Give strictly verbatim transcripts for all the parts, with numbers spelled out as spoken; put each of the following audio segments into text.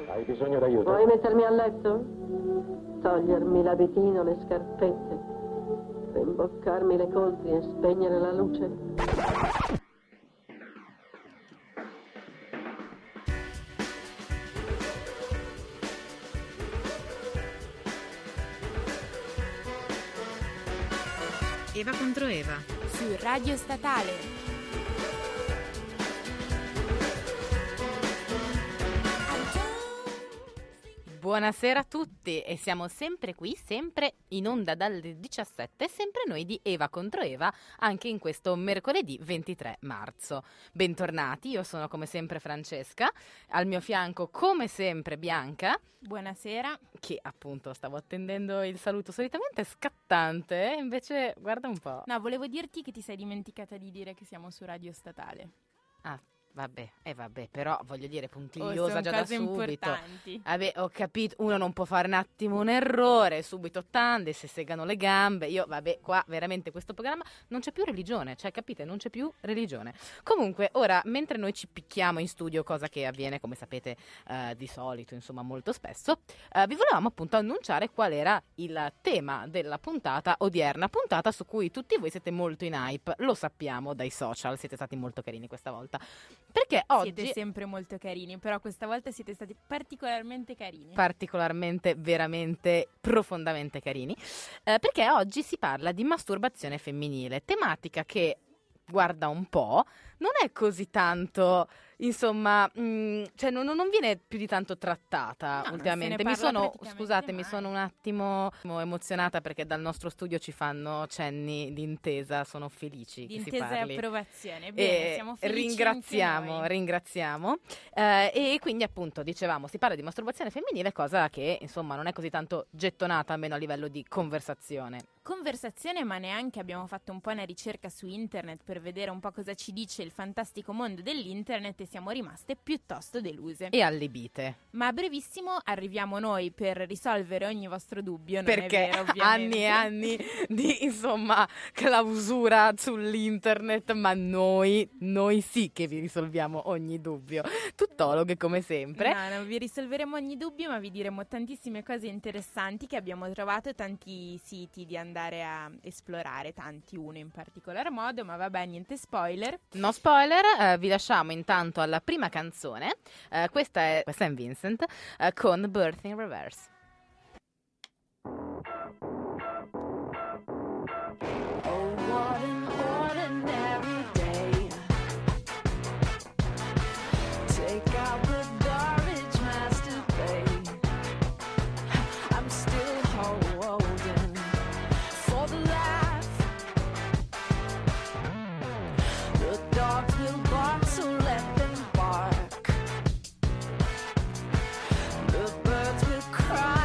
Hai bisogno d'aiuto? Vuoi mettermi a letto? Togliermi l'abitino, le scarpette, rimboccarmi le coltri e spegnere la luce? Eva contro Eva su Radio Statale. Buonasera a tutti e siamo sempre qui, sempre in onda dalle diciassette, sempre noi di Eva contro Eva, anche in questo mercoledì ventitré marzo. Bentornati, io sono come sempre Francesca, al mio fianco come sempre Bianca. Buonasera. Che appunto stavo attendendo il saluto solitamente scattante, invece guarda un po'. No, volevo dirti che ti sei dimenticata di dire che siamo su Radio Statale. Ah, vabbè, e eh vabbè, però voglio dire puntigliosa oh, già da subito. Importanti. Vabbè, ho capito, uno non può fare un attimo un errore, subito tande, se segano le gambe. Io, vabbè, qua veramente questo programma non c'è più religione, cioè capite, non c'è più religione. Comunque, ora, mentre noi ci picchiamo in studio, cosa che avviene, come sapete, eh, di solito, insomma, molto spesso, eh, vi volevamo appunto annunciare qual era il tema della puntata odierna, puntata su cui tutti voi siete molto in hype, lo sappiamo dai social, siete stati molto carini questa volta. Perché oggi siete sempre molto carini, però questa volta siete stati particolarmente carini. Particolarmente, veramente, profondamente carini. Eh, perché oggi si parla di masturbazione femminile, tematica che, guarda un po', non è così tanto, insomma, mh, cioè non, non viene più di tanto trattata no, ultimamente. Mi sono, scusate, mi sono un attimo emozionata perché dal nostro studio ci fanno cenni di intesa, sono felici di che si intesa parli. e approvazione. Bene, e siamo felici ringraziamo, anche noi. ringraziamo. Eh, e quindi appunto dicevamo, si parla di masturbazione femminile, cosa che insomma non è così tanto gettonata, almeno a livello di conversazione. Conversazione, ma neanche abbiamo fatto un po' una ricerca su internet per vedere un po' cosa ci dice il fantastico mondo dell'internet e siamo rimaste piuttosto deluse. E allibite. Ma a brevissimo arriviamo noi per risolvere ogni vostro dubbio, non perché è vero, ovviamente. anni e anni di insomma clausura sull'internet, ma noi, noi sì che vi risolviamo ogni dubbio. Tuttologhe come sempre. No, non vi risolveremo ogni dubbio, ma vi diremo tantissime cose interessanti che abbiamo trovato, tanti siti di andare a esplorare, tanti, uno in particolar modo, ma vabbè, niente spoiler. No spoiler, eh, vi lasciamo intanto alla prima canzone, eh, questa è Saint Vincent eh, con Birth in Reverse. Oh, what an ordinary day. Take out the garbage, masturbate. I'm still holding for the laugh. The dogs will bark, so let them bark. The birds will cry.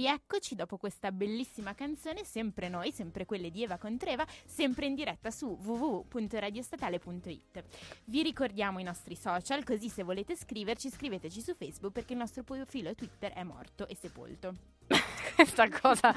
rieccoci dopo questa bellissima canzone, sempre noi, sempre quelle di Eva contro Eva, sempre in diretta su w w w punto radiostatale punto i t. Vi ricordiamo i nostri social, così se volete scriverci, scriveteci su Facebook, perché il nostro profilo Twitter è morto e sepolto. Questa cosa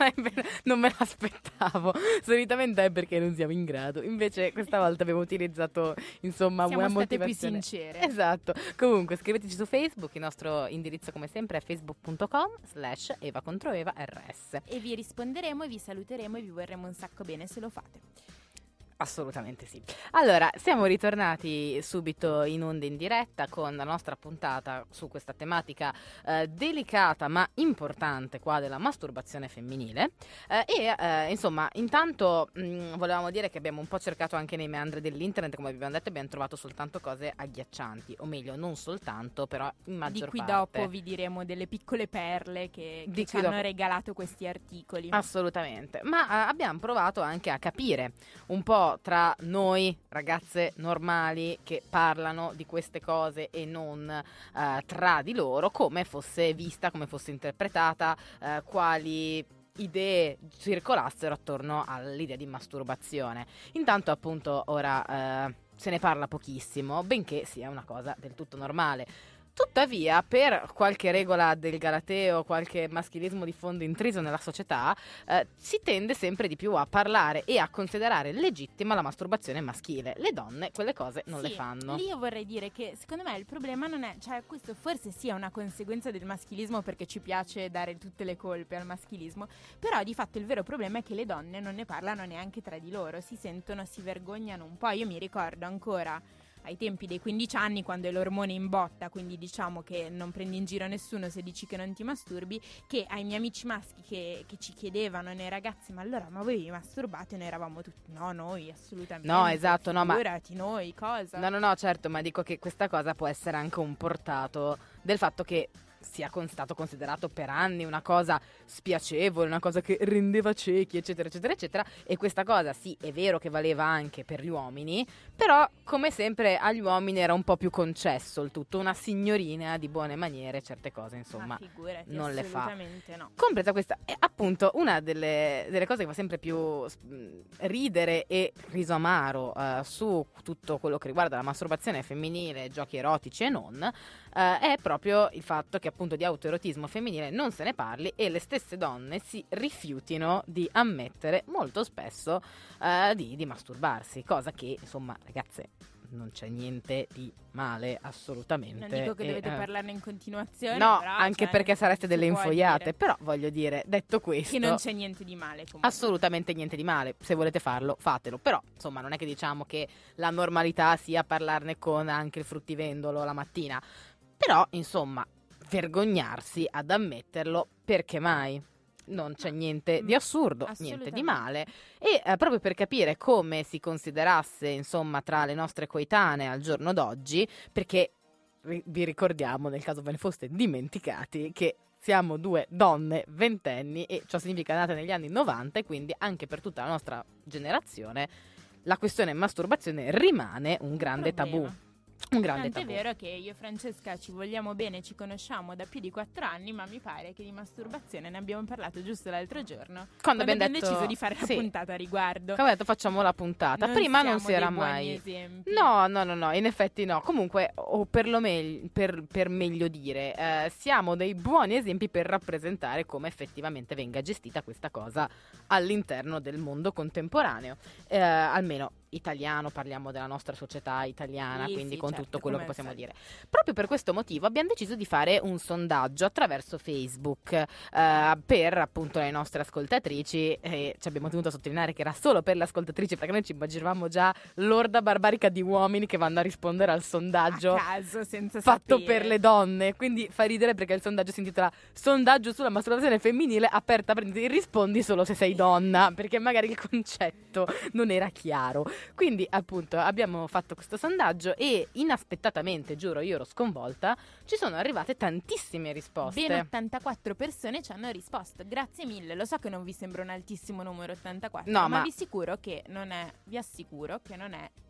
non me l'aspettavo. Solitamente è perché non siamo in grado. Invece questa volta abbiamo utilizzato, insomma, Siamo una state più motivazione sincere. Esatto. Comunque scriveteci su Facebook. Il nostro indirizzo come sempre è facebook punto com slash Eva contro Eva R S. E vi risponderemo e vi saluteremo e vi vorremmo un sacco bene se lo fate. Assolutamente sì. Allora, siamo ritornati subito in onda in diretta con la nostra puntata su questa tematica eh, delicata ma importante qua della masturbazione femminile eh, e eh, insomma intanto mh, volevamo dire che abbiamo un po' cercato anche nei meandri dell'internet, come abbiamo detto abbiamo trovato soltanto cose agghiaccianti, o meglio non soltanto, però in maggior Di qui parte. dopo vi diremo delle piccole perle che, che Di ci qui hanno dopo. regalato questi articoli. Assolutamente, ma eh, abbiamo provato anche a capire un po' tra noi ragazze normali che parlano di queste cose e non eh, tra di loro, come fosse vista, come fosse interpretata, eh, quali idee circolassero attorno all'idea di masturbazione. Intanto appunto ora eh, se ne parla pochissimo, benché sia una cosa del tutto normale. Tuttavia, per qualche regola del galateo, qualche maschilismo di fondo intriso nella società, eh, si tende sempre di più a parlare e a considerare legittima la masturbazione maschile. Le donne quelle cose non Sì, le fanno. Lì io vorrei dire che secondo me il problema non è, cioè questo forse sia una conseguenza del maschilismo, perché ci piace dare tutte le colpe al maschilismo, però di fatto il vero problema è che le donne non ne parlano neanche tra di loro, si sentono, si vergognano un po'. Io mi ricordo ancora ai tempi dei quindici anni, quando è l'ormone in botta, quindi diciamo che non prendi in giro nessuno se dici che non ti masturbi, che ai miei amici maschi che, che ci chiedevano, nei ragazzi, ma allora ma voi vi masturbate? Noi eravamo tutti, no, noi assolutamente. No, esatto, no, ma- figurati, noi, cosa? No, no, no, certo, ma dico che questa cosa può essere anche un portato del fatto che sia con- stato considerato per anni una cosa spiacevole, una cosa che rendeva ciechi, eccetera, eccetera, eccetera. E questa cosa, sì, è vero che valeva anche per gli uomini, però, come sempre, agli uomini era un po' più concesso il tutto. Una signorina di buone maniere, certe cose, insomma, Ma figurati, non le fa. assolutamente no. Compresa questa, e appunto una delle, delle cose che fa sempre più mh, ridere e riso amaro eh, su tutto quello che riguarda la masturbazione femminile, giochi erotici e non, eh, è proprio il fatto che appunto di autoerotismo femminile non se ne parli e le stesse donne si rifiutino di ammettere molto spesso eh, di, di masturbarsi, cosa che insomma ragazze non c'è niente di male assolutamente. Non dico che e, dovete eh, parlarne in continuazione, No, però, anche cioè, perché sareste si delle può infoiate, dire però voglio dire, detto questo, che non c'è niente di male comunque. assolutamente niente di male, se volete farlo, fatelo, però insomma non è che diciamo che la normalità sia parlarne con anche il fruttivendolo la mattina, però insomma vergognarsi ad ammetterlo, perché mai? Non c'è niente di assurdo, niente di male, e eh, proprio per capire come si considerasse insomma tra le nostre coetanee al giorno d'oggi, perché ri- vi ricordiamo, nel caso ve ne foste dimenticati, che siamo due donne ventenni e ciò significa nate negli anni novanta, e quindi anche per tutta la nostra generazione la questione masturbazione rimane un grande Problema. tabù. Un grande Tant'è tabù. vero che io e Francesca ci vogliamo bene, ci conosciamo da più di quattro anni, ma mi pare che di masturbazione ne abbiamo parlato giusto l'altro giorno, Quando abbiamo detto- deciso di fare sì. la puntata a riguardo. Come ho detto, facciamo la puntata. Non Prima non siamo si era dei buoni mai. esempi. No, no, no, no, in effetti no. Comunque, o per, lo me- per, per meglio dire, eh, siamo dei buoni esempi per rappresentare come effettivamente venga gestita questa cosa all'interno del mondo contemporaneo. Eh, almeno italiano, parliamo della nostra società italiana, Sì, quindi sì, con certo, tutto quello che come possiamo al dire. Proprio per questo motivo abbiamo deciso di fare un sondaggio attraverso Facebook eh, per appunto le nostre ascoltatrici, e ci abbiamo tenuto a sottolineare che era solo per le ascoltatrici, perché noi ci immaginavamo già l'orda barbarica di uomini che vanno a rispondere al sondaggio A caso, senza fatto sapere. per le donne, quindi fa ridere perché il sondaggio si intitola sondaggio sulla masturbazione femminile, aperta parentesi, rispondi solo se sei donna, perché magari il concetto non era chiaro. Quindi appunto abbiamo fatto questo sondaggio e inaspettatamente, giuro, io ero sconvolta, ci sono arrivate tantissime risposte. Ben ottantaquattro persone ci hanno risposto. Grazie mille. Lo so che non vi sembra un altissimo numero ottantaquattro, No, ma, ma- vi assicuro che non è vi assicuro che non è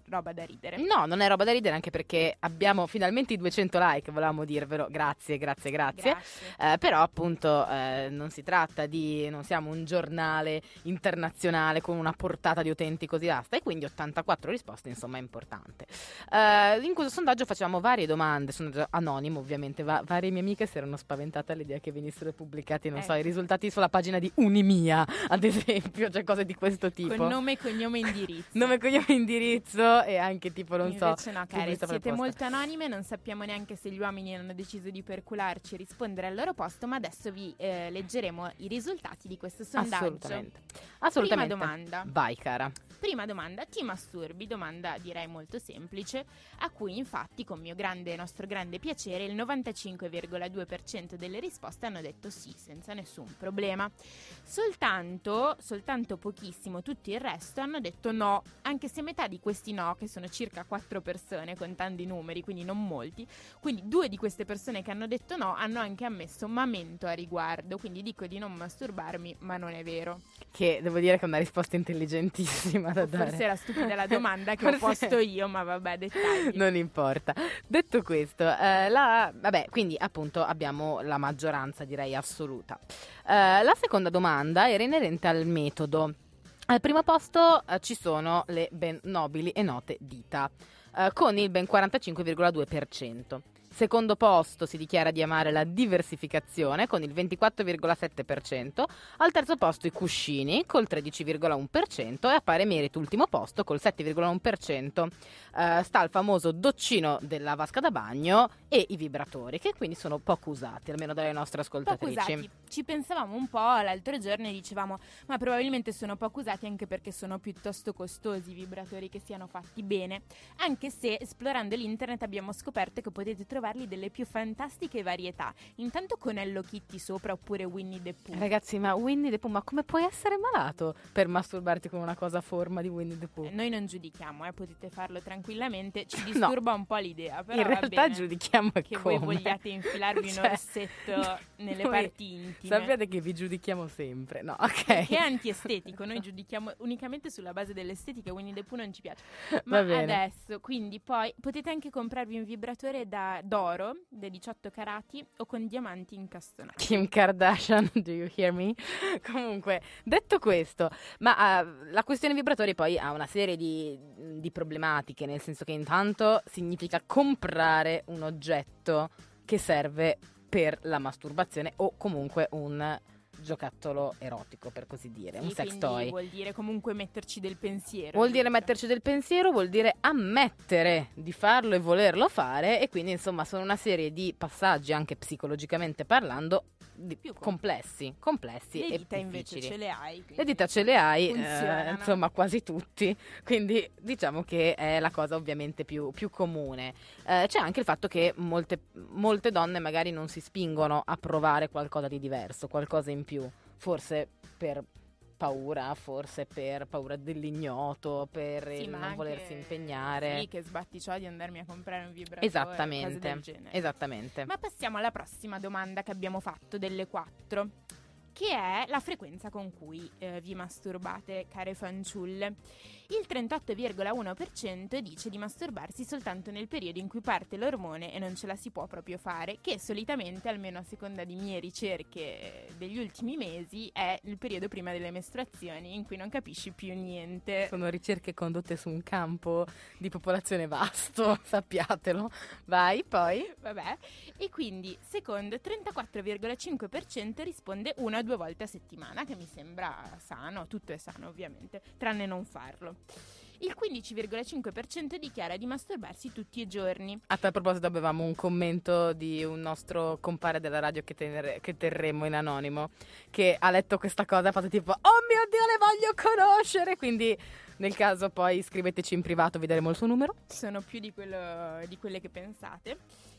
roba da ridere. No, non è roba da ridere, anche perché abbiamo finalmente i duecento like, volevamo dirvelo, grazie, grazie, grazie. Grazie. Eh, però appunto eh, non si tratta di, non siamo un giornale internazionale con una portata di utenti così vasta, e quindi ottantaquattro risposte, insomma, è importante. Eh, in questo sondaggio facevamo varie domande, sondaggio anonimo ovviamente, va- varie mie amiche si erano spaventate all'idea che venissero pubblicati, non so, Ecco. i risultati sulla pagina di Unimia, ad esempio, cioè cose di questo tipo. Con nome, cognome e indirizzo. Nome, cognome, indirizzo e anche tipo, non so, Invece no, care, pubblicità siete preposta. molto anonime, non sappiamo neanche se gli uomini hanno deciso di percularci e rispondere al loro posto, ma adesso vi eh, leggeremo i risultati di questo sondaggio. Assolutamente. Assolutamente. Prima domanda. Vai, cara. Prima domanda, ti masturbi? Domanda direi molto semplice, a cui infatti con mio grande, nostro grande piacere il novantacinque virgola due per cento delle risposte hanno detto sì, senza nessun problema. Soltanto, soltanto pochissimo, tutto il resto hanno detto no, anche se metà di questi no, che sono circa quattro persone contando i numeri, quindi non molti, quindi due di queste persone che hanno detto no hanno anche ammesso ma mento a riguardo, quindi dico di non masturbarmi, ma non è vero. Che devo dire che è una risposta intelligentissima da dare. Forse era stupida la domanda che ho Forse- posto io, ma vabbè, dettagli. Non importa. Detto questo, eh, la, vabbè, quindi appunto abbiamo la maggioranza, direi, assoluta. Eh, la seconda domanda era inerente al metodo. Al primo posto eh, ci sono le ben nobili e note dita, eh, con il ben quarantacinque virgola due per cento. Secondo posto si dichiara di amare la diversificazione con il ventiquattro virgola sette per cento, al terzo posto i cuscini col tredici virgola uno per cento e a pari merito ultimo posto col sette virgola uno per cento. Eh, sta il famoso doccino della vasca da bagno e i vibratori, che quindi sono poco usati, almeno dalle nostre Poco ascoltatrici. usati. Ci pensavamo un po' l'altro giorno e dicevamo ma probabilmente sono poco usati anche perché sono piuttosto costosi i vibratori che siano fatti bene, anche se esplorando l'internet abbiamo scoperto che potete trovarli delle più fantastiche varietà, intanto con Hello Kitty sopra oppure Winnie the Pooh. Ragazzi, ma Winnie the Pooh, ma come puoi essere malato per masturbarti con una cosa a forma di Winnie the Pooh? Eh, Noi non giudichiamo, eh, potete farlo tranquillamente, ci disturba un po' l'idea, però In va realtà bene. giudichiamo e Che come. voi vogliate infilarvi un Cioè, orsetto nelle noi parti intime. Sappiate che vi giudichiamo sempre, no? Ok. Che è antiestetico, noi giudichiamo unicamente sulla base dell'estetica, Winnie the Pooh non ci piace. Va Ma bene. adesso, quindi poi potete anche comprarvi un vibratore da, d'oro da diciotto carati o con diamanti incastonati. Kim Kardashian, do you hear me? Comunque, detto questo, ma uh, la questione vibratori poi ha una serie di, di problematiche, nel senso che intanto significa comprare un oggetto che serve per la masturbazione o comunque un giocattolo erotico, per così dire, un Sì, sex quindi toy. vuol dire comunque metterci del pensiero. Vuol dire dietro. metterci del pensiero, vuol dire ammettere di farlo e volerlo fare, e quindi insomma sono una serie di passaggi, anche psicologicamente parlando, di- Più com- complessi, complessi Le e dita invece difficili. ce le hai. quindi Le dita ce le hai, eh, funzionano. insomma quasi tutti, quindi diciamo che è la cosa ovviamente più, più comune. Eh, c'è anche il fatto che molte, molte donne magari non si spingono a provare qualcosa di diverso, qualcosa in più, forse per paura, forse per paura dell'ignoto, per Sì, il ma non anche- volersi impegnare. Sì, che sbatti ciò di andarmi a comprare un vibratore. cose Esattamente, del genere. esattamente. Ma passiamo alla prossima domanda che abbiamo fatto delle quattro, che è la frequenza con cui eh, vi masturbate, care fanciulle. Il trentotto virgola uno per cento dice di masturbarsi soltanto nel periodo in cui parte l'ormone e non ce la si può proprio fare, che solitamente, almeno a seconda di mie ricerche degli ultimi mesi, è il periodo prima delle mestruazioni in cui non capisci più niente. Sono ricerche condotte su un campo di popolazione vasto, sappiatelo. Vai, poi. Vabbè, e quindi secondo trentaquattro virgola cinque per cento risponde una o due volte a settimana, che mi sembra sano, tutto è sano ovviamente, tranne non farlo. Il quindici virgola cinque per cento dichiara di masturbarsi tutti i giorni. A tal proposito avevamo un commento di un nostro compare della radio che, tenere- che terremo in anonimo, che ha letto questa cosa e ha fatto tipo oh mio Dio, le voglio conoscere, quindi nel caso poi scriveteci in privato, vi daremo il suo numero. Sono più di, quello, di quelle che pensate.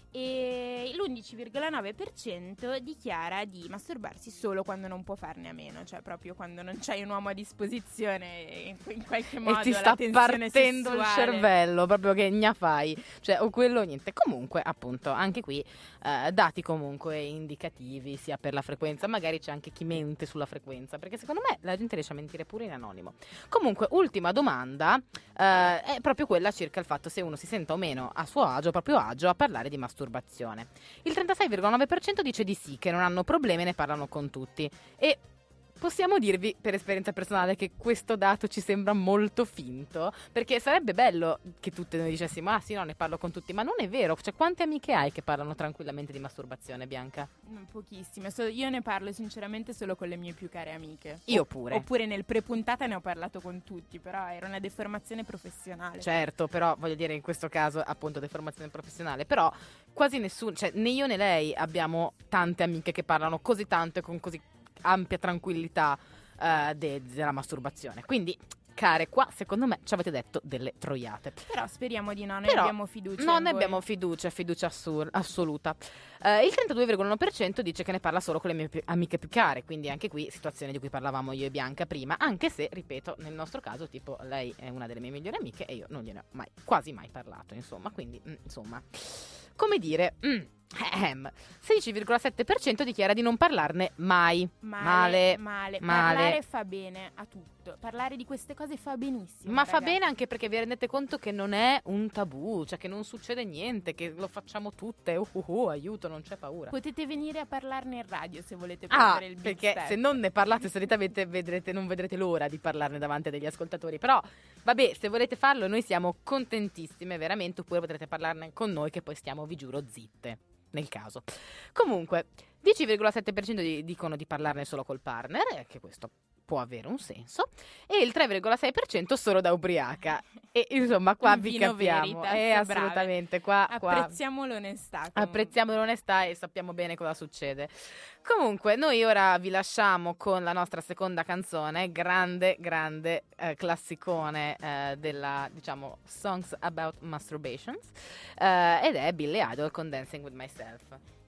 e l'undici virgola nove per cento dichiara di masturbarsi solo quando non può farne a meno, cioè proprio quando non c'hai un uomo a disposizione in, in qualche modo e ti la sta tensione partendo il sessuale. cervello, proprio che gna fai, cioè o quello o niente. Comunque appunto anche qui eh, dati comunque indicativi sia per la frequenza, magari c'è anche chi mente sulla frequenza, perché secondo me la gente riesce a mentire pure in anonimo. Comunque ultima domanda eh, è proprio quella circa il fatto se uno si senta o meno a suo agio, proprio agio a parlare di masturbazione. Il trentasei virgola nove per cento dice di sì, che non hanno problemi e ne parlano con tutti, e possiamo dirvi per esperienza personale che questo dato ci sembra molto finto, perché sarebbe bello che tutte noi dicessimo ah sì no ne parlo con tutti, ma non è vero. Cioè quante amiche hai che parlano tranquillamente di masturbazione, Bianca? Mm, Pochissime, So- io ne parlo sinceramente solo con le mie più care amiche. Io O- pure. Oppure nel pre-puntata ne ho parlato con tutti, però era una deformazione professionale. Certo, però voglio dire in questo caso appunto deformazione professionale, però quasi nessuno, cioè né io né lei abbiamo tante amiche che parlano così tanto e con così ampia tranquillità eh, de- della masturbazione. Quindi care, qua secondo me ci avete detto delle troiate. Però speriamo di no, noi Però abbiamo fiducia No, in noi voi. abbiamo fiducia, fiducia assur- assoluta. Eh, il trentadue virgola uno per cento dice che ne parla solo con le mie pi- amiche più care, quindi anche qui situazione di cui parlavamo io e Bianca prima, anche se, ripeto, nel nostro caso, tipo, lei è una delle mie migliori amiche e io non gliene ho mai, quasi mai parlato, insomma, quindi, mm, insomma, come dire... Mm. Ehm, sedici virgola sette per cento dichiara di non parlarne mai. Male, Male, male. male. Parlare fa bene a tutto. Parlare di queste cose fa benissimo. Ma fa ragazzi. bene anche perché vi rendete conto che non è un tabù, cioè che non succede niente, che lo facciamo tutte. Uh, uh, uh, aiuto, non c'è paura. Potete venire a parlarne in radio se volete Ah, prendere il big perché step. se non ne parlate solitamente vedrete, non vedrete l'ora di parlarne davanti a degli ascoltatori. Però, vabbè, se volete farlo noi siamo contentissime, veramente, oppure potrete parlarne con noi che poi stiamo, vi giuro, zitte, nel caso. Comunque, dieci virgola sette per cento di- dicono di parlarne solo col partner, e che questo può avere un senso, e il tre virgola sei per cento solo da ubriaca. E insomma, qua Un vi vino capiamo. Veritas, Eh, brave. assolutamente, qua, qua Apprezziamo l'onestà. comunque. apprezziamo l'onestà e sappiamo bene cosa succede. Comunque, noi ora vi lasciamo con la nostra seconda canzone, grande, grande eh, classicone eh, della, diciamo, Songs About Masturbations, eh, ed è Billy Idol con Dancing With Myself.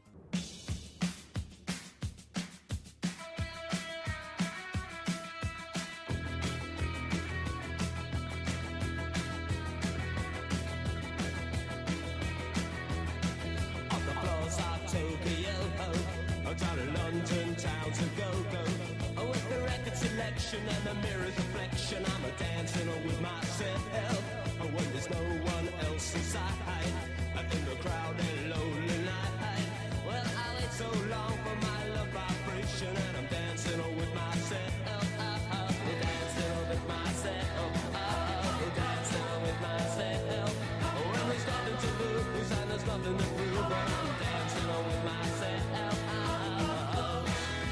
On the floors of Tokyo, oh, down in London town to go-go. Oh, with the record selection and the mirror's reflection, I'm a dancing with myself. Oh, when there's no one else inside, in the crowded lonely night. Well, I wait so long for my love vibration, and I'm dancing with myself. Oh, oh, dancing with myself. Oh, dancing with myself. Oh, when there's nothing to lose and there's nothing to prove, but I'm dancing with myself. Oh,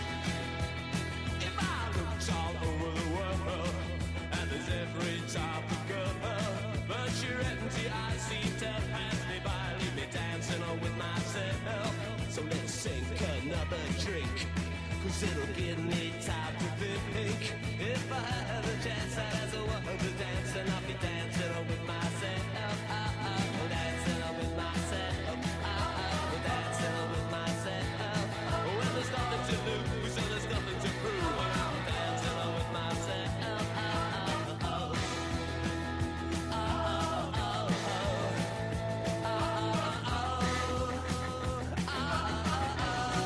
if I looked all over the world, and there's every type of girl, but you're empty, I seem to pass me by, leave me dancing with myself. So let's sink another drink, cause it'll give me time to think. If I had a chance, I'd ask a woman to dance, and I'll be dancing with myself. Oh, oh, dancing with myself. Oh, oh, dancing with myself. When there's nothing to lose and there's nothing to prove, I'm dancing with myself. Oh, oh, oh. Oh, oh, oh, oh. Oh, oh, oh.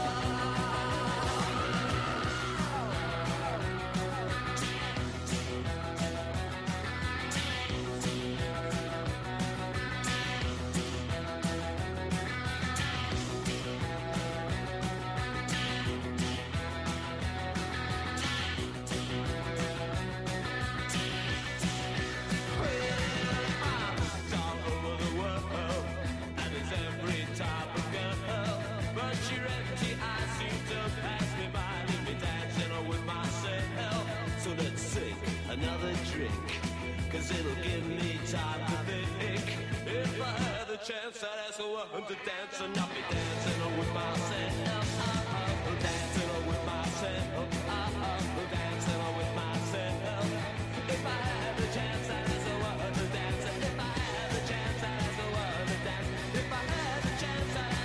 All over the world, and there's every type of girl, but you're empty, I seem to pass me by, leave me dancing with myself. So let's sink another drink, cause it'll give me time to think. If I had the chance, I'd ask a woman to dance, and I'll be dancing with myself. Oh, dancing with myself. Oh, dancing with myself. If I had the chance, I'd ask a woman to dance. If I had the chance, I'd ask a woman to dance. If I had the chance, I'd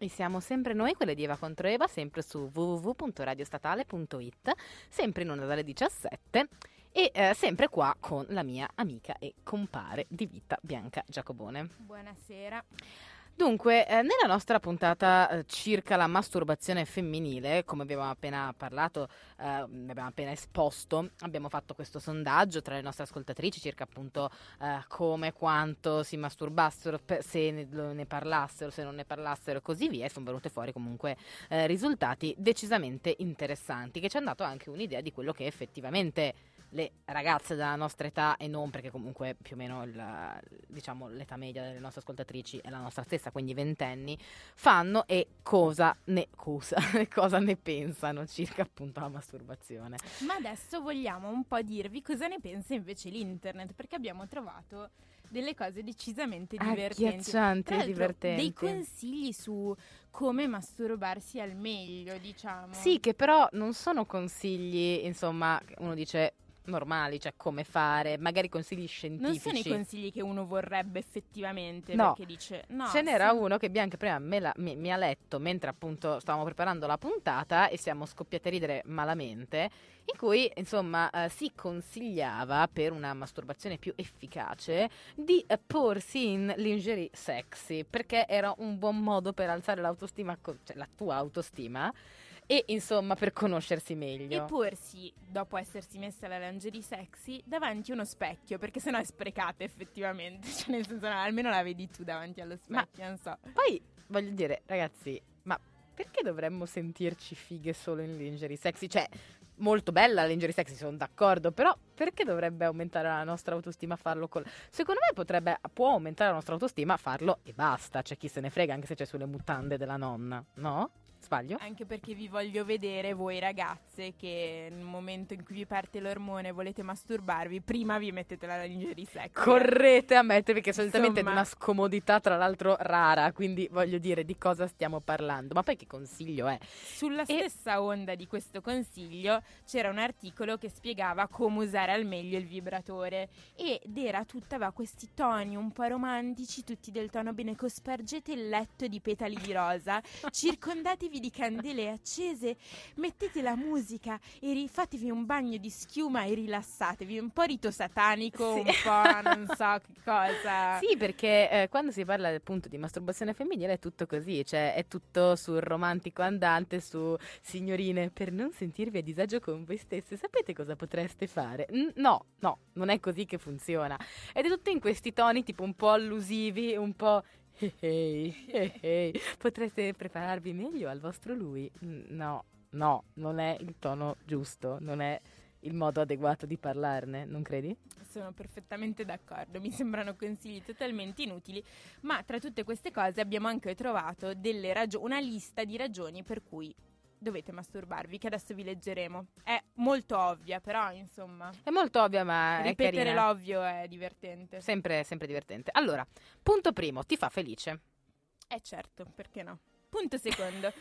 E siamo sempre noi, quelle di Eva contro Eva, sempre su w w w punto radiostatale punto i t, sempre in onda dalle diciassette e eh, sempre qua con la mia amica e compare di vita Bianca Giacobone. Buonasera. Dunque, eh, nella nostra puntata eh, circa la masturbazione femminile, come abbiamo appena parlato, eh, abbiamo appena esposto, abbiamo fatto questo sondaggio tra le nostre ascoltatrici circa appunto eh, come, quanto si masturbassero, per, se ne, ne parlassero, se non ne parlassero e così via, e sono venute fuori comunque eh, risultati decisamente interessanti, che ci hanno dato anche un'idea di quello che effettivamente le ragazze della nostra età, e non, perché comunque più o meno il, diciamo l'età media delle nostre ascoltatrici è la nostra stessa, quindi ventenni, fanno e cosa ne, cosa, cosa ne pensano circa appunto la masturbazione. Ma adesso vogliamo un po' dirvi cosa ne pensa invece l'internet, perché abbiamo trovato delle cose decisamente divertenti, agghiaccianti Tra e l'altro, divertenti, dei consigli su come masturbarsi al meglio, diciamo. Sì, che però non sono consigli, insomma, uno dice normali, cioè come fare, magari consigli scientifici. Non sono i consigli che uno vorrebbe effettivamente, no. perché dice no. Ce n'era sì. uno che Bianca prima me la, mi, mi ha letto mentre appunto stavamo preparando la puntata e siamo scoppiati a ridere malamente, in cui insomma eh, si consigliava per una masturbazione più efficace di eh, porsi in lingerie sexy, perché era un buon modo per alzare l'autostima, co- cioè la tua autostima, e insomma per conoscersi meglio. E porsi, dopo essersi messa la lingerie sexy, davanti a uno specchio, perché sennò è sprecata effettivamente, cioè nel senso no, almeno la vedi tu davanti allo specchio, Ma non so. Poi voglio dire, ragazzi, ma perché dovremmo sentirci fighe solo in lingerie sexy? Cioè, molto bella la lingerie sexy, sono d'accordo, però perché dovrebbe aumentare la nostra autostima farlo col... Secondo me potrebbe, può aumentare la nostra autostima farlo e basta, c'è chi se ne frega anche se c'è sulle mutande della nonna, no? Sbaglio? Anche perché vi voglio vedere voi ragazze che nel momento in cui vi parte l'ormone e volete masturbarvi, prima vi mettete la lingerie sexy. Correte a mettervi, che solitamente Insomma. è di una scomodità tra l'altro rara, quindi voglio dire di cosa stiamo parlando, ma poi che consiglio è? Sulla E- stessa onda di questo consiglio c'era un articolo che spiegava come usare al meglio il vibratore ed era tutta, aveva questi toni un po' romantici, tutti del tono bene, cospargete il letto di petali di rosa, circondatevi di candele accese, mettete la musica e ri- fatevi un bagno di schiuma e rilassatevi, un po' rito satanico, Sì. un po' non so che cosa. Sì, perché eh, quando si parla appunto di masturbazione femminile è tutto così, cioè è tutto sul romantico andante, su signorine, per non sentirvi a disagio con voi stesse, sapete cosa potreste fare? N- no, no, non è così che funziona. Ed è tutto in questi toni tipo un po' allusivi, un po'... Hey, hey, hey, hey. Potreste prepararvi meglio al vostro lui? N- No, no, non è il tono giusto, non è il modo adeguato di parlarne, non credi? Sono perfettamente d'accordo, mi sembrano consigli totalmente inutili, ma tra tutte queste cose abbiamo anche trovato delle ragio- una lista di ragioni per cui dovete masturbarvi, che adesso vi leggeremo. È molto ovvia, però insomma, È molto ovvia, ma è ripetere carina. l'ovvio è divertente. Sempre, sempre divertente. Allora, punto primo, ti fa felice? Eh certo, perché no? Punto secondo.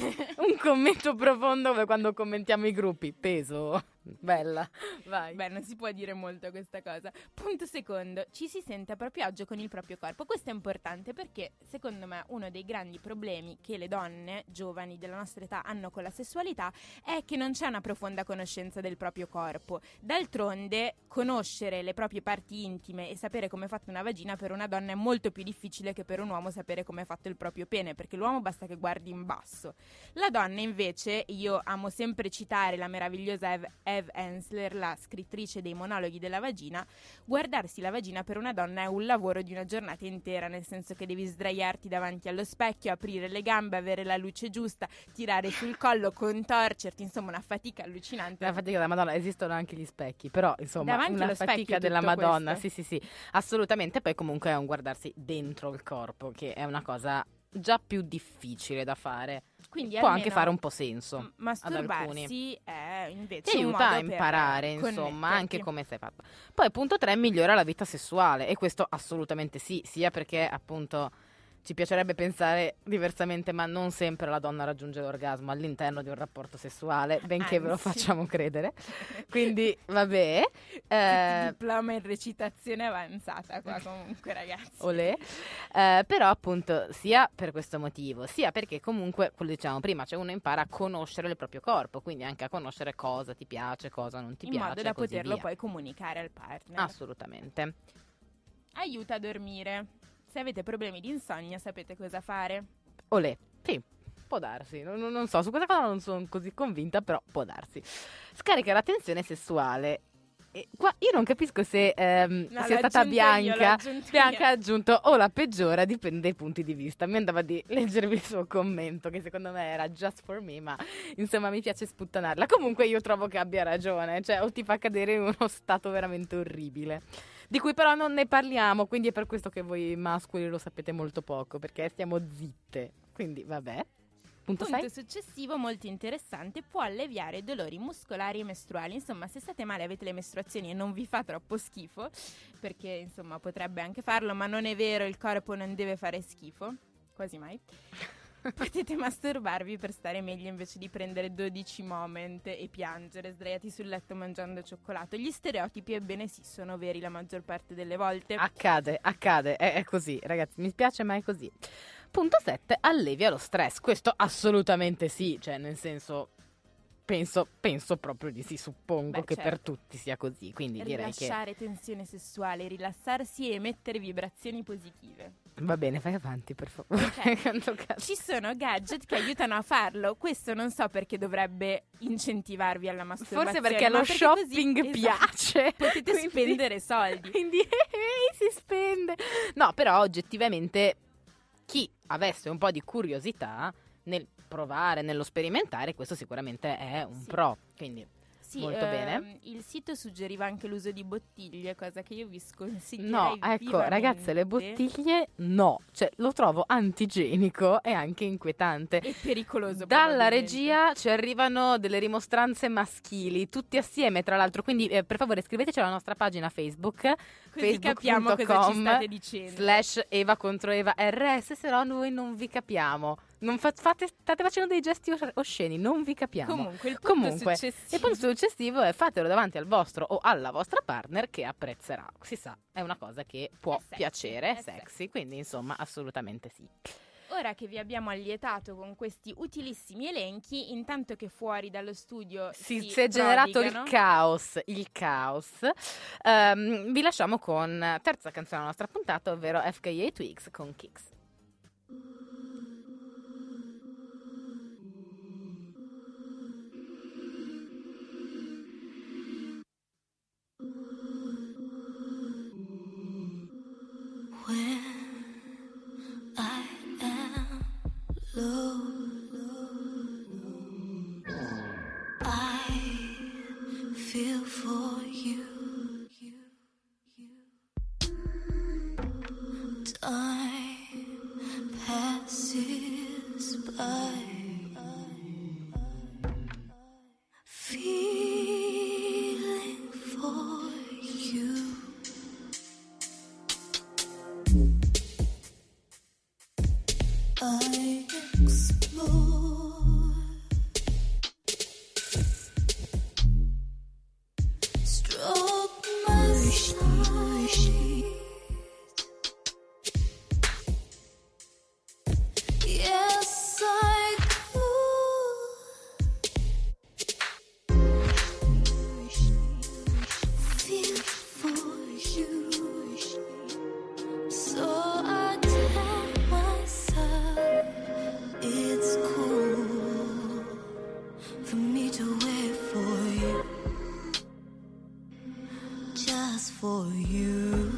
Un commento profondo come quando commentiamo i gruppi. Peso. Bella. Vai. Beh, non si può dire molto a questa cosa. Punto secondo, ci si sente a proprio agio con il proprio corpo. Questo è importante perché, secondo me, uno dei grandi problemi che le donne giovani della nostra età hanno con la sessualità è che non c'è una profonda conoscenza del proprio corpo. D'altronde, conoscere le proprie parti intime e sapere come è fatta una vagina per una donna è molto più difficile che per un uomo sapere come è fatto il proprio pene, perché l'uomo basta che guardi in basso. La donna, invece, io amo sempre citare la meravigliosa Eve, Eve Ensler, la scrittrice dei monologhi della vagina, guardarsi la vagina per una donna è un lavoro di una giornata intera, nel senso che devi sdraiarti davanti allo specchio, aprire le gambe, avere la luce giusta, tirare sul collo, contorcerti, insomma una fatica allucinante. La fatica della Madonna, esistono anche gli specchi, però insomma Davanti una allo fatica specchio della tutto Madonna, questo. sì sì sì, assolutamente. Poi comunque è un guardarsi dentro il corpo, che è una cosa già più difficile da fare. Quindi Può almeno anche fare un po' senso. m- masturbarsi è invece Ti un aiuta a modo per imparare, insomma, connetterti. anche come sei fatto. Poi punto tre, migliora la vita sessuale, e questo assolutamente sì, sia perché appunto Ci piacerebbe pensare diversamente, ma non sempre la donna raggiunge l'orgasmo all'interno di un rapporto sessuale, benché Anzi. ve lo facciamo credere. Quindi, vabbè. Eh, Diploma in recitazione avanzata qua comunque, ragazzi. olè. Eh, però appunto sia per questo motivo, sia perché comunque, quello diciamo prima, cioè uno impara a conoscere il proprio corpo, quindi anche a conoscere cosa ti piace, cosa non ti in piace. modo da e così poterlo via. poi comunicare al partner. Assolutamente. Aiuta a dormire. Se avete problemi di insonnia sapete cosa fare. Olè, sì, può darsi, non, non- non so, su questa cosa non sono così convinta, però può darsi. Scarica la tensione sessuale. E qua io non capisco se ehm, No, sia l'ho stata aggiunto io, l'ho Bianca, aggiunto Bianca ha io. aggiunto o la peggiora, dipende dai punti di vista. Mi andava di leggervi il suo commento, che secondo me era just for me, ma insomma mi piace sputtanarla. Comunque io trovo che abbia ragione, cioè o ti fa cadere in uno stato veramente orribile, di cui però non ne parliamo, quindi è per questo che voi mascoli lo sapete molto poco, perché stiamo zitte. Quindi vabbè. Punto Punto sei? successivo, molto interessante, può alleviare i dolori muscolari e mestruali. Insomma, se state male, avete le mestruazioni e non vi fa troppo schifo, perché insomma potrebbe anche farlo, ma non è vero, il corpo non deve fare schifo, quasi mai. Potete masturbarvi per stare meglio invece di prendere dodici moment e piangere sdraiati sul letto mangiando cioccolato. Gli stereotipi, ebbene sì, sono veri la maggior parte delle volte. Accade, accade, è, è così, ragazzi, mi spiace ma è così. Punto sette, allevia lo stress. Questo assolutamente sì, cioè nel senso, penso, penso proprio di sì, suppongo Beh, che certo. per tutti sia così, quindi direi che Rilasciare tensione sessuale, rilassarsi e emettere vibrazioni positive. va bene, vai avanti per favore. Ok. Quanto cazzo. Ci sono gadget che aiutano a farlo. Questo non so perché dovrebbe incentivarvi alla masturbazione. Forse perché ma lo così- shopping esatto, piace. Potete Quindi- spendere soldi. Quindi ehi, si spende. No, però oggettivamente chi avesse un po' di curiosità nel provare, nello sperimentare, questo sicuramente è un Sì. pro. Quindi Sì, molto bene. ehm, il sito suggeriva anche l'uso di bottiglie, cosa che io vi sconsiglierei no, ecco, vivamente. ragazze, le bottiglie no, cioè lo trovo antigenico e anche inquietante. È pericoloso. Dalla probabilmente. regia ci arrivano delle rimostranze maschili, tutti assieme tra l'altro, quindi eh, per favore iscriveteci alla nostra pagina Facebook, Così capiamo cosa ci facebook.com state dicendo. slash Eva contro Eva R S, se no noi non vi capiamo. Non fa- fate, state facendo dei gesti os- osceni, non vi capiamo. Comunque, il punto Comunque, successivo. il punto successivo è fatelo davanti al vostro o alla vostra partner che apprezzerà. Si sa, è una cosa che può È sexy, piacere, è è sexy, sexy. quindi insomma assolutamente sì. Ora che vi abbiamo allietato con questi utilissimi elenchi, intanto che fuori dallo studio Si, si, si è generato il prodigano, caos, il caos. Ehm, vi lasciamo con terza canzone della nostra puntata, ovvero F K A Twigs con Kicks. I am low. I feel for you. Time passes by. Feeling for you. I explore, stroke my side. Yes, I do. Feel for you. So I tell myself it's cool for me to wait for you, just for you.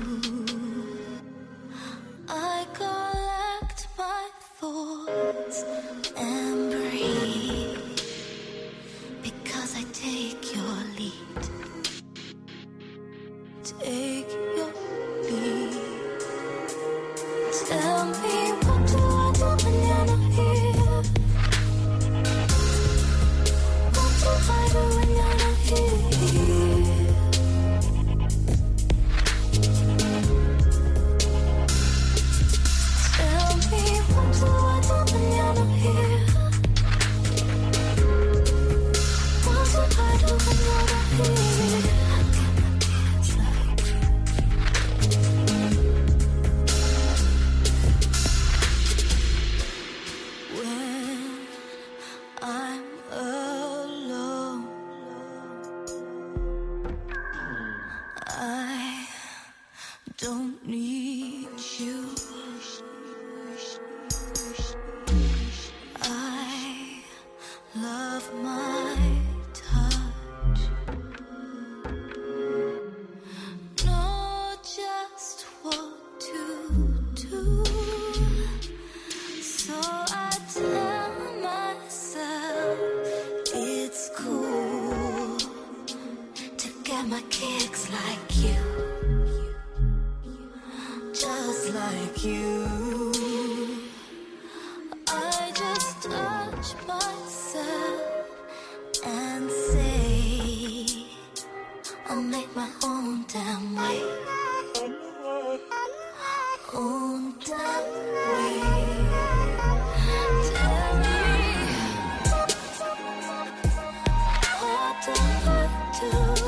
I collect my thoughts and breathe because I take your lead. Take your lead. Tell me what do I do when you're not here? What do I do when you're not here? Tell me I don't need you. I love my touch. Know just what to do. So I tell myself it's cool to get my kicks like you, just like you. I just touch myself and say I'll make my own damn way, own damn way. Tell me what do I do?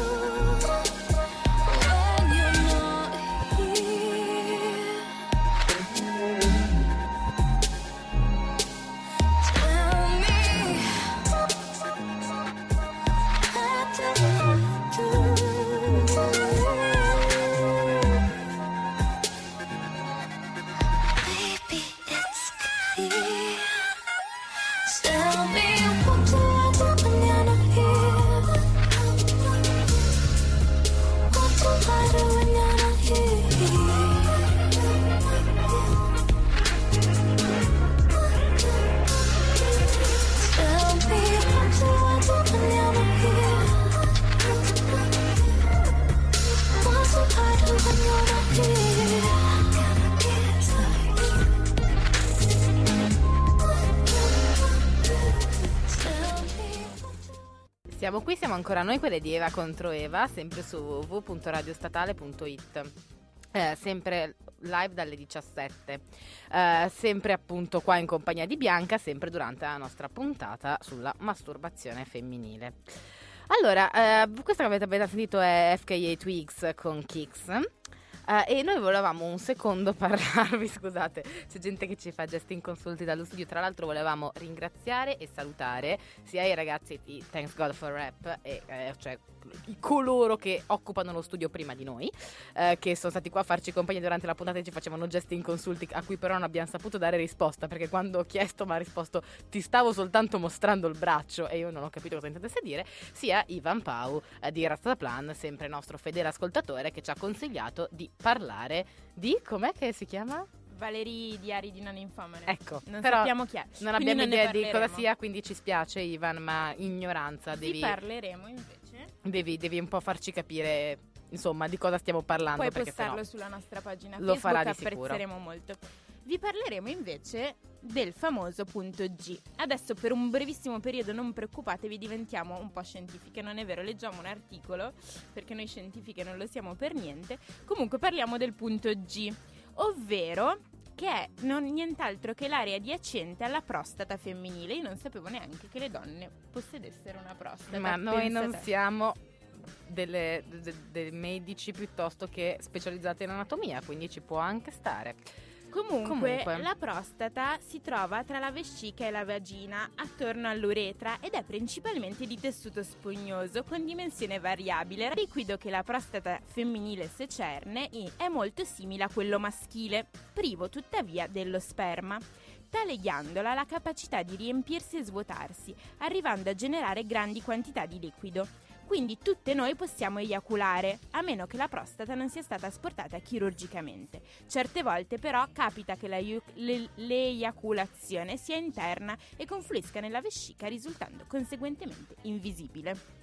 Siamo qui, siamo ancora noi, quelle di Eva contro Eva, sempre su w w w punto radiostatale punto i t. Eh, sempre live dalle diciassette, eh, sempre appunto qua in compagnia di Bianca, sempre durante la nostra puntata sulla masturbazione femminile. Allora, eh, questa che avete appena sentito è F K A Twigs con Kicks. Uh, e noi volevamo un secondo parlarvi, scusate, c'è gente che ci fa gesti inconsulti dallo studio. Tra l'altro volevamo ringraziare e salutare sia i ragazzi di Thanks God for Rap, e, eh, cioè i coloro che occupano lo studio prima di noi, eh, che sono stati qua a farci compagnia durante la puntata e ci facevano gesti inconsulti a cui però non abbiamo saputo dare risposta, perché quando ho chiesto mi ha risposto ti stavo soltanto mostrando il braccio e io non ho capito cosa intendesse dire. Sia Ivan Pau eh, di Razaplan, sempre nostro fedele ascoltatore, che ci ha consigliato di parlare di, com'è che si chiama? Valerie Diari di Nonna Infamane. Ecco, non però sappiamo chi è. Non abbiamo idea di cosa sia, quindi ci spiace Ivan, ma ignoranza. Devi, Vi parleremo invece. Devi, devi un po' farci capire, insomma, di cosa stiamo parlando. Puoi perché postarlo sennò sulla nostra pagina lo Facebook, farà di sicuro. Apprezzeremo molto. Vi parleremo invece del famoso punto G. Adesso per un brevissimo periodo, non preoccupatevi, diventiamo un po' scientifiche. Non è vero, leggiamo un articolo, perché noi scientifiche non lo siamo per niente. Comunque parliamo del punto G, ovvero che è non nient'altro che l'area adiacente alla prostata femminile. Io non sapevo neanche che le donne possedessero una prostata. Ma noi non Pensate. siamo delle, de, de medici piuttosto che specializzati in anatomia, quindi ci può anche stare. Comunque, Comunque, la prostata si trova tra la vescica e la vagina, attorno all'uretra, ed è principalmente di tessuto spugnoso con dimensione variabile. Il liquido che la prostata femminile secerne è molto simile a quello maschile, privo tuttavia dello sperma. Tale ghiandola ha la capacità di riempirsi e svuotarsi, arrivando a generare grandi quantità di liquido. Quindi tutte noi possiamo eiaculare, a meno che la prostata non sia stata asportata chirurgicamente. Certe volte però capita che la, le, l'eiaculazione sia interna e confluisca nella vescica, risultando conseguentemente invisibile.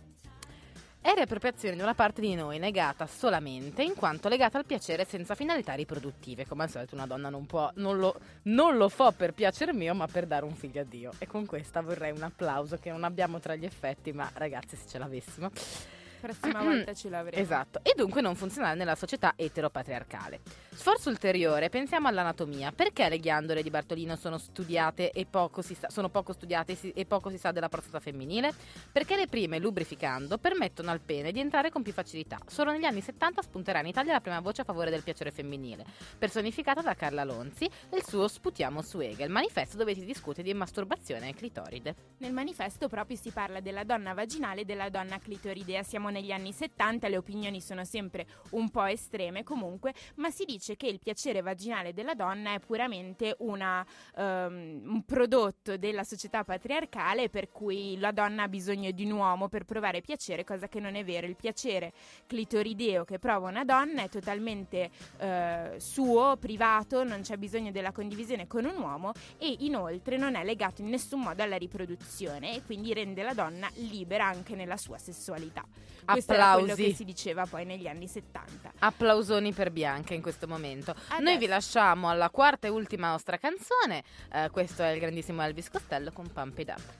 è riappropriazione di una parte di noi negata solamente in quanto legata al piacere senza finalità riproduttive. Come al solito una donna non può, non lo, non lo fa per piacere mio, ma per dare un figlio a Dio. E con questa vorrei un applauso che non abbiamo tra gli effetti, ma ragazzi, se ce l'avessimo prossima volta ce l'avremo. Esatto, e dunque non funzionale nella società eteropatriarcale. Sforzo ulteriore, pensiamo all'anatomia. Perché le ghiandole di Bartolino sono studiate e poco si sa, sono poco studiate e, si, e poco si sa della prostata femminile? Perché le prime, lubrificando, permettono al pene di entrare con più facilità. Solo negli anni settanta spunterà in Italia la prima voce a favore del piacere femminile, personificata da Carla Lonzi e il suo Sputiamo su Hegel, manifesto dove si discute di masturbazione e clitoride. Nel manifesto proprio si parla della donna vaginale e della donna clitoridea. Siamo siamo negli anni settanta, le opinioni sono sempre un po' estreme comunque, ma si dice che il piacere vaginale della donna è puramente una, um, un prodotto della società patriarcale, per cui la donna ha bisogno di un uomo per provare piacere, cosa che non è vero. Il piacere clitorideo che prova una donna è totalmente uh, suo, privato, non c'è bisogno della condivisione con un uomo e inoltre non è legato in nessun modo alla riproduzione e quindi rende la donna libera anche nella sua sessualità. Questo era quello che si diceva poi negli anni settanta. Applausoni per Bianca in questo momento. Adesso. Noi vi lasciamo alla quarta e ultima nostra canzone. Uh, questo è il grandissimo Elvis Costello con Pump It Up.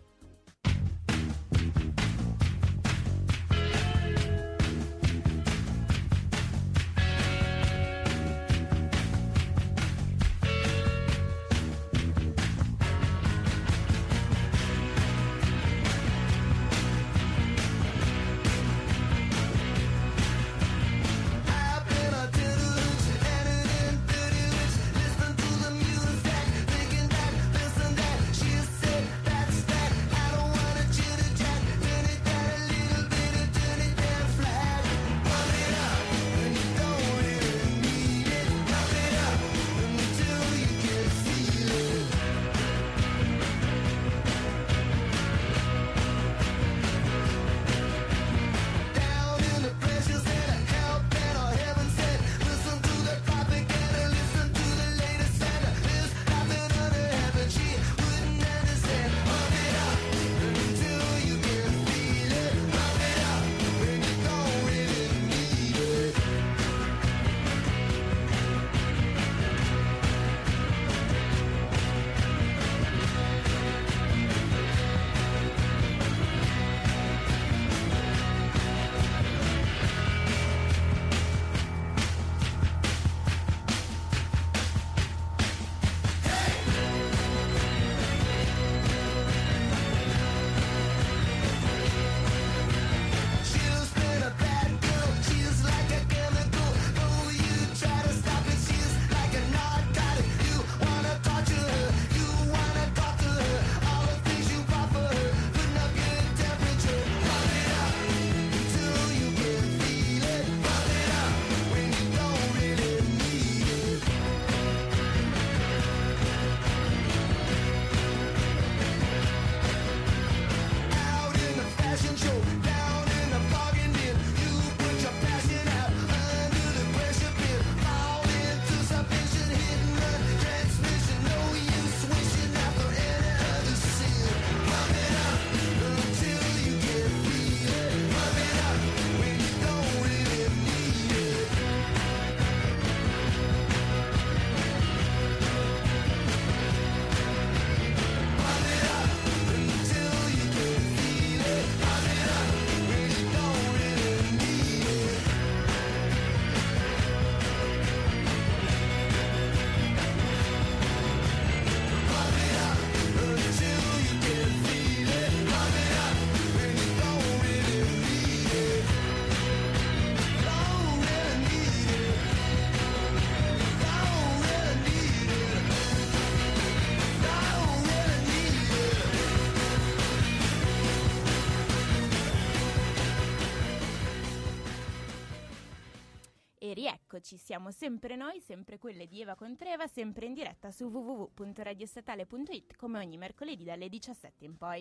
E rieccoci, siamo sempre noi, sempre quelle di Eva Contreva, sempre in diretta su w w w punto radiostatale punto it come ogni mercoledì dalle diciassette in poi.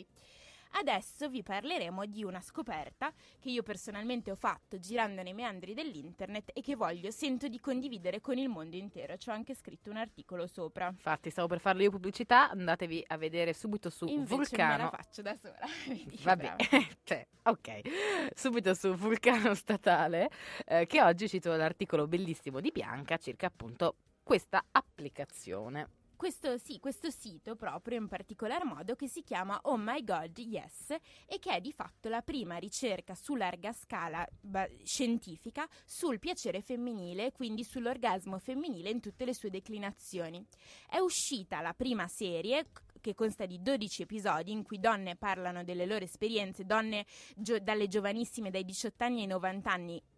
Adesso vi parleremo di una scoperta che io personalmente ho fatto girando nei meandri dell'internet e che voglio, sento di condividere con il mondo intero. Ci ho anche scritto un articolo sopra. Infatti stavo per farlo io pubblicità, andatevi a vedere subito su Invece Vulcano. me la faccio da sola. Vedi, Vabbè, cioè, ok, subito su Vulcano Statale, eh, che oggi cito l'articolo bellissimo di Bianca circa appunto questa applicazione. Questo, sì, questo sito proprio in particolar modo che si chiama Oh My God Yes e che è di fatto la prima ricerca su larga scala ba- scientifica sul piacere femminile, quindi sull'orgasmo femminile in tutte le sue declinazioni. È uscita la prima serie che consta di dodici episodi in cui donne parlano delle loro esperienze, donne gio- dalle giovanissime, dai diciotto anni ai novanta anni,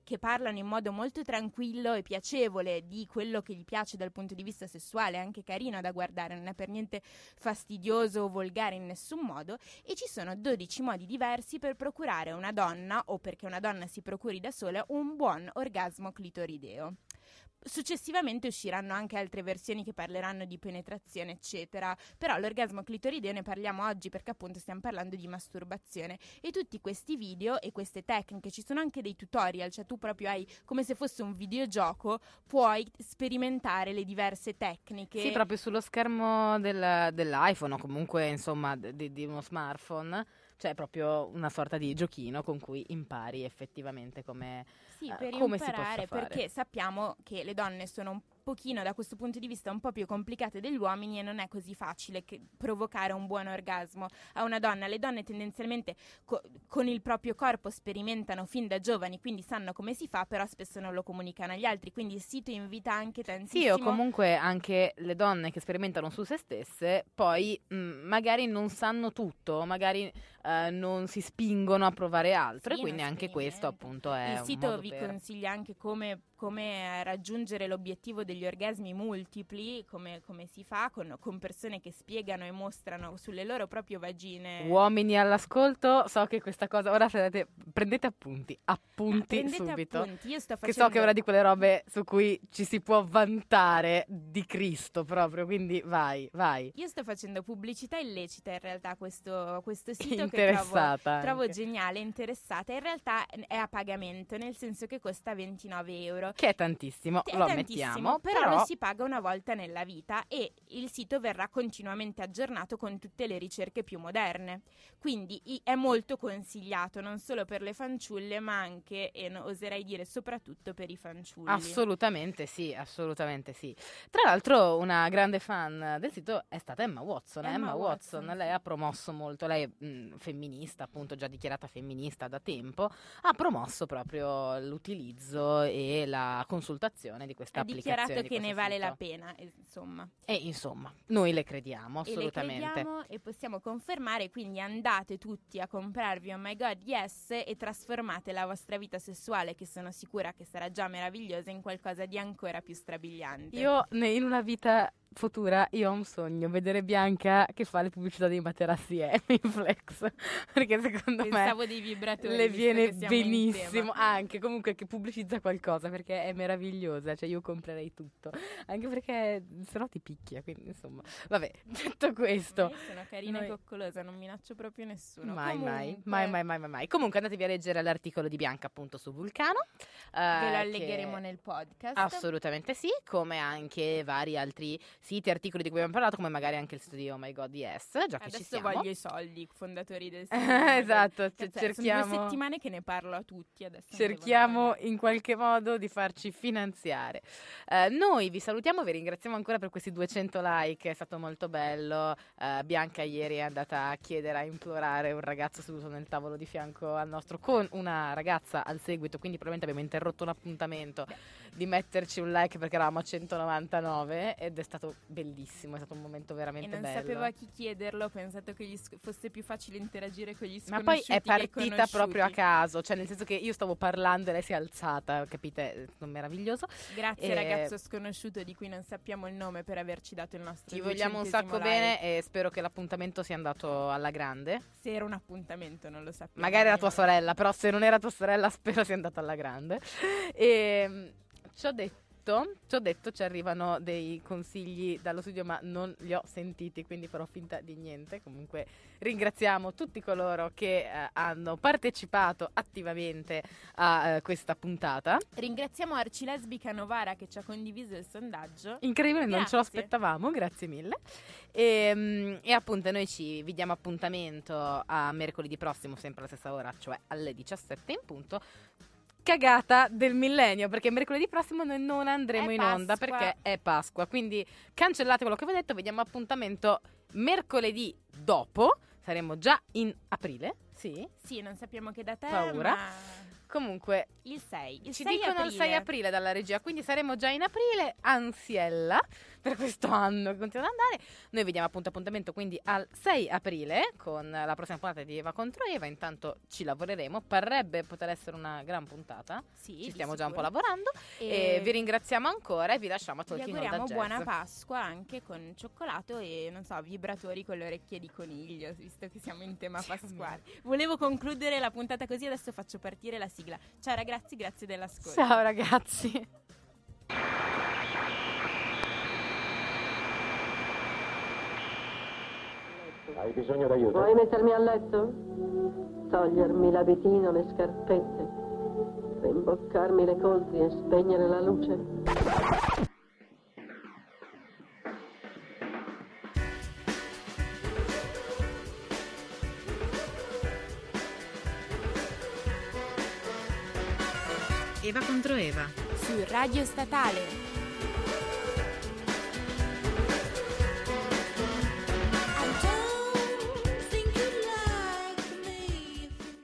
che parlano in modo molto tranquillo e piacevole di quello che gli piace dal punto di vista sessuale, anche carino da guardare, non è per niente fastidioso o volgare in nessun modo, e ci sono dodici modi diversi per procurare una donna, o perché una donna si procuri da sola, un buon orgasmo clitorideo. Successivamente usciranno anche altre versioni che parleranno di penetrazione, eccetera, però l'orgasmo clitorideo ne parliamo oggi perché appunto stiamo parlando di masturbazione, e tutti questi video e queste tecniche, ci sono anche dei tutorial, cioè tu proprio hai, come se fosse un videogioco, puoi sperimentare le diverse tecniche. Sì, proprio sullo schermo del, dell'iPhone o comunque insomma di, di uno smartphone. Cioè, è proprio una sorta di giochino con cui impari effettivamente come, sì, eh, per come si imparare, possa fare. perché sappiamo che le donne sono un pochino, da questo punto di vista, un po' più complicate degli uomini, e non è così facile che provocare un buon orgasmo a una donna. Le donne tendenzialmente co- con il proprio corpo sperimentano fin da giovani, quindi sanno come si fa, però spesso non lo comunicano agli altri, quindi il sito invita anche tantissimo. Sì, o comunque anche le donne che sperimentano su se stesse poi mh, magari non sanno tutto, magari eh, non si spingono a provare altro, Sì, e quindi non anche questo appunto è il un sito modo vi per... consiglia anche come, come raggiungere l'obiettivo degli orgasmi multipli, come, come si fa con, con persone che spiegano e mostrano sulle loro proprie vagine. Uomini all'ascolto, so che questa cosa, ora prendete, prendete appunti, appunti Prendete subito, appunti. Io sto che facendo... so che è una di quelle robe su cui ci si può vantare di Cristo proprio, quindi vai, vai. Io sto facendo pubblicità illecita in realtà a questo, questo sito che trovo, Interessata trovo anche. geniale, interessata. In realtà è a pagamento, nel senso che costa ventinove euro. Che è tantissimo, È lo tantissimo, ammettiamo, però, però lo si paga una volta nella vita, e il sito verrà continuamente aggiornato con tutte le ricerche più moderne. Quindi i- è molto consigliato non solo per le fanciulle, ma anche, e no- oserei dire soprattutto, per i fanciulli. assolutamente sì, assolutamente sì. Tra l'altro una grande fan del sito è stata Emma Watson. Emma Emma Watson, Watson, lei sì. ha promosso molto, lei è mh, femminista, appunto già dichiarata femminista da tempo, ha promosso proprio l'utilizzo e la consultazione di questa Ha applicazione. dichiarato di che ne questo vale sito. la pena, eh, insomma. E insomma, noi le crediamo E le assolutamente. crediamo e possiamo confermare, quindi andate tutti a comprarvi Oh My God Yes e trasformate la vostra vita sessuale, che sono sicura che sarà già meravigliosa, in qualcosa di ancora più strabiliante. Io ne- in una vita futura io ho un sogno, vedere Bianca che fa le pubblicità dei materassi Emiflex, perché secondo Pensavo me dei vibratori, le visto viene che siamo in benissimo, tema. anche comunque che pubblicizza qualcosa, perché è meravigliosa, cioè io comprerei tutto, anche perché sennò ti picchia, quindi insomma, vabbè, detto questo, Io sono carina noi- e coccolosa, non minaccio proprio nessuno. mai, mai, Comunque, mai, mai, mai, mai, mai. Comunque andatevi a leggere l'articolo di Bianca appunto su Vulcano. Ve eh, lo allegheremo che- nel podcast. Assolutamente sì, come anche vari altri siti, articoli di cui abbiamo parlato, come magari anche il studio di Oh My God Yes, già che ci Adesso siamo. voglio i soldi, fondatori del sito. Esatto, Cazzo, c- cerchiamo, Sono due settimane che ne parlo a tutti, adesso mi devono cerchiamo pagare. in qualche modo di farci finanziare. Eh, noi vi salutiamo, vi ringraziamo ancora per questi duecento like, è stato molto bello. Eh, Bianca ieri è andata a chiedere, a implorare un ragazzo seduto nel tavolo di fianco al nostro con una ragazza al seguito, quindi probabilmente abbiamo interrotto un appuntamento, di metterci un like perché eravamo a centonovantanove, ed è stato bellissimo, è stato un momento E veramente non bello. sapevo a chi chiederlo, ho pensato che gli sc- fosse più facile interagire con gli Ma sconosciuti poi è che partita conosciuti. proprio a caso, cioè nel senso che io stavo parlando e lei si è alzata, capite? È stato meraviglioso. Grazie E- ragazzo sconosciuto di cui non sappiamo il nome per averci dato il nostro Ti vogliamo un duecentesimo sacco like. bene e spero che l'appuntamento sia andato alla grande. Se era un appuntamento non lo sappiamo. Magari era tua nemmeno. sorella, però se non era tua sorella spero sia andato alla grande. E ci ho detto, ci ho detto, ci arrivano dei consigli dallo studio, ma non li ho sentiti, quindi farò finta di niente. Comunque ringraziamo tutti coloro che eh, hanno partecipato attivamente a eh, questa puntata. Ringraziamo Arcilesbica Novara che ci ha condiviso il sondaggio. Incredibile, non ce lo Grazie. aspettavamo, grazie mille. E, mm, e appunto noi ci vi diamo appuntamento a mercoledì prossimo, sempre alla stessa ora, cioè alle diciassette in punto. Cagata del millennio, perché mercoledì prossimo noi non andremo È in onda Pasqua. perché è Pasqua, quindi cancellate quello che vi ho detto, vediamo appuntamento mercoledì dopo, saremo già in aprile, sì? Sì, non sappiamo che data è, Paura. ma Comunque Il sei. Il ci sei dicono aprile. il sei aprile dalla regia, quindi saremo già in aprile, ansiella per questo anno che continua ad andare. Noi vi diamo appunto appuntamento quindi al sei aprile con la prossima puntata di Eva contro Eva. Intanto ci lavoreremo, parrebbe poter essere una gran puntata. Sì, Ci di stiamo già un po' sicuro. lavorando E e vi ringraziamo ancora e vi lasciamo a vi Talking All auguriamo That buona Jazz. Pasqua anche con cioccolato e non so, vibratori con le orecchie di coniglio, visto che siamo in tema pasquale. Volevo concludere la puntata così, adesso faccio partire la sigla. Ciao ragazzi, grazie dell'ascolto. Ciao ragazzi. Hai bisogno d'aiuto? Vuoi mettermi a letto? Togliermi l'abitino, le scarpette, rimboccarmi le coltri e spegnere la luce? Eva contro Eva. Su Radio Statale.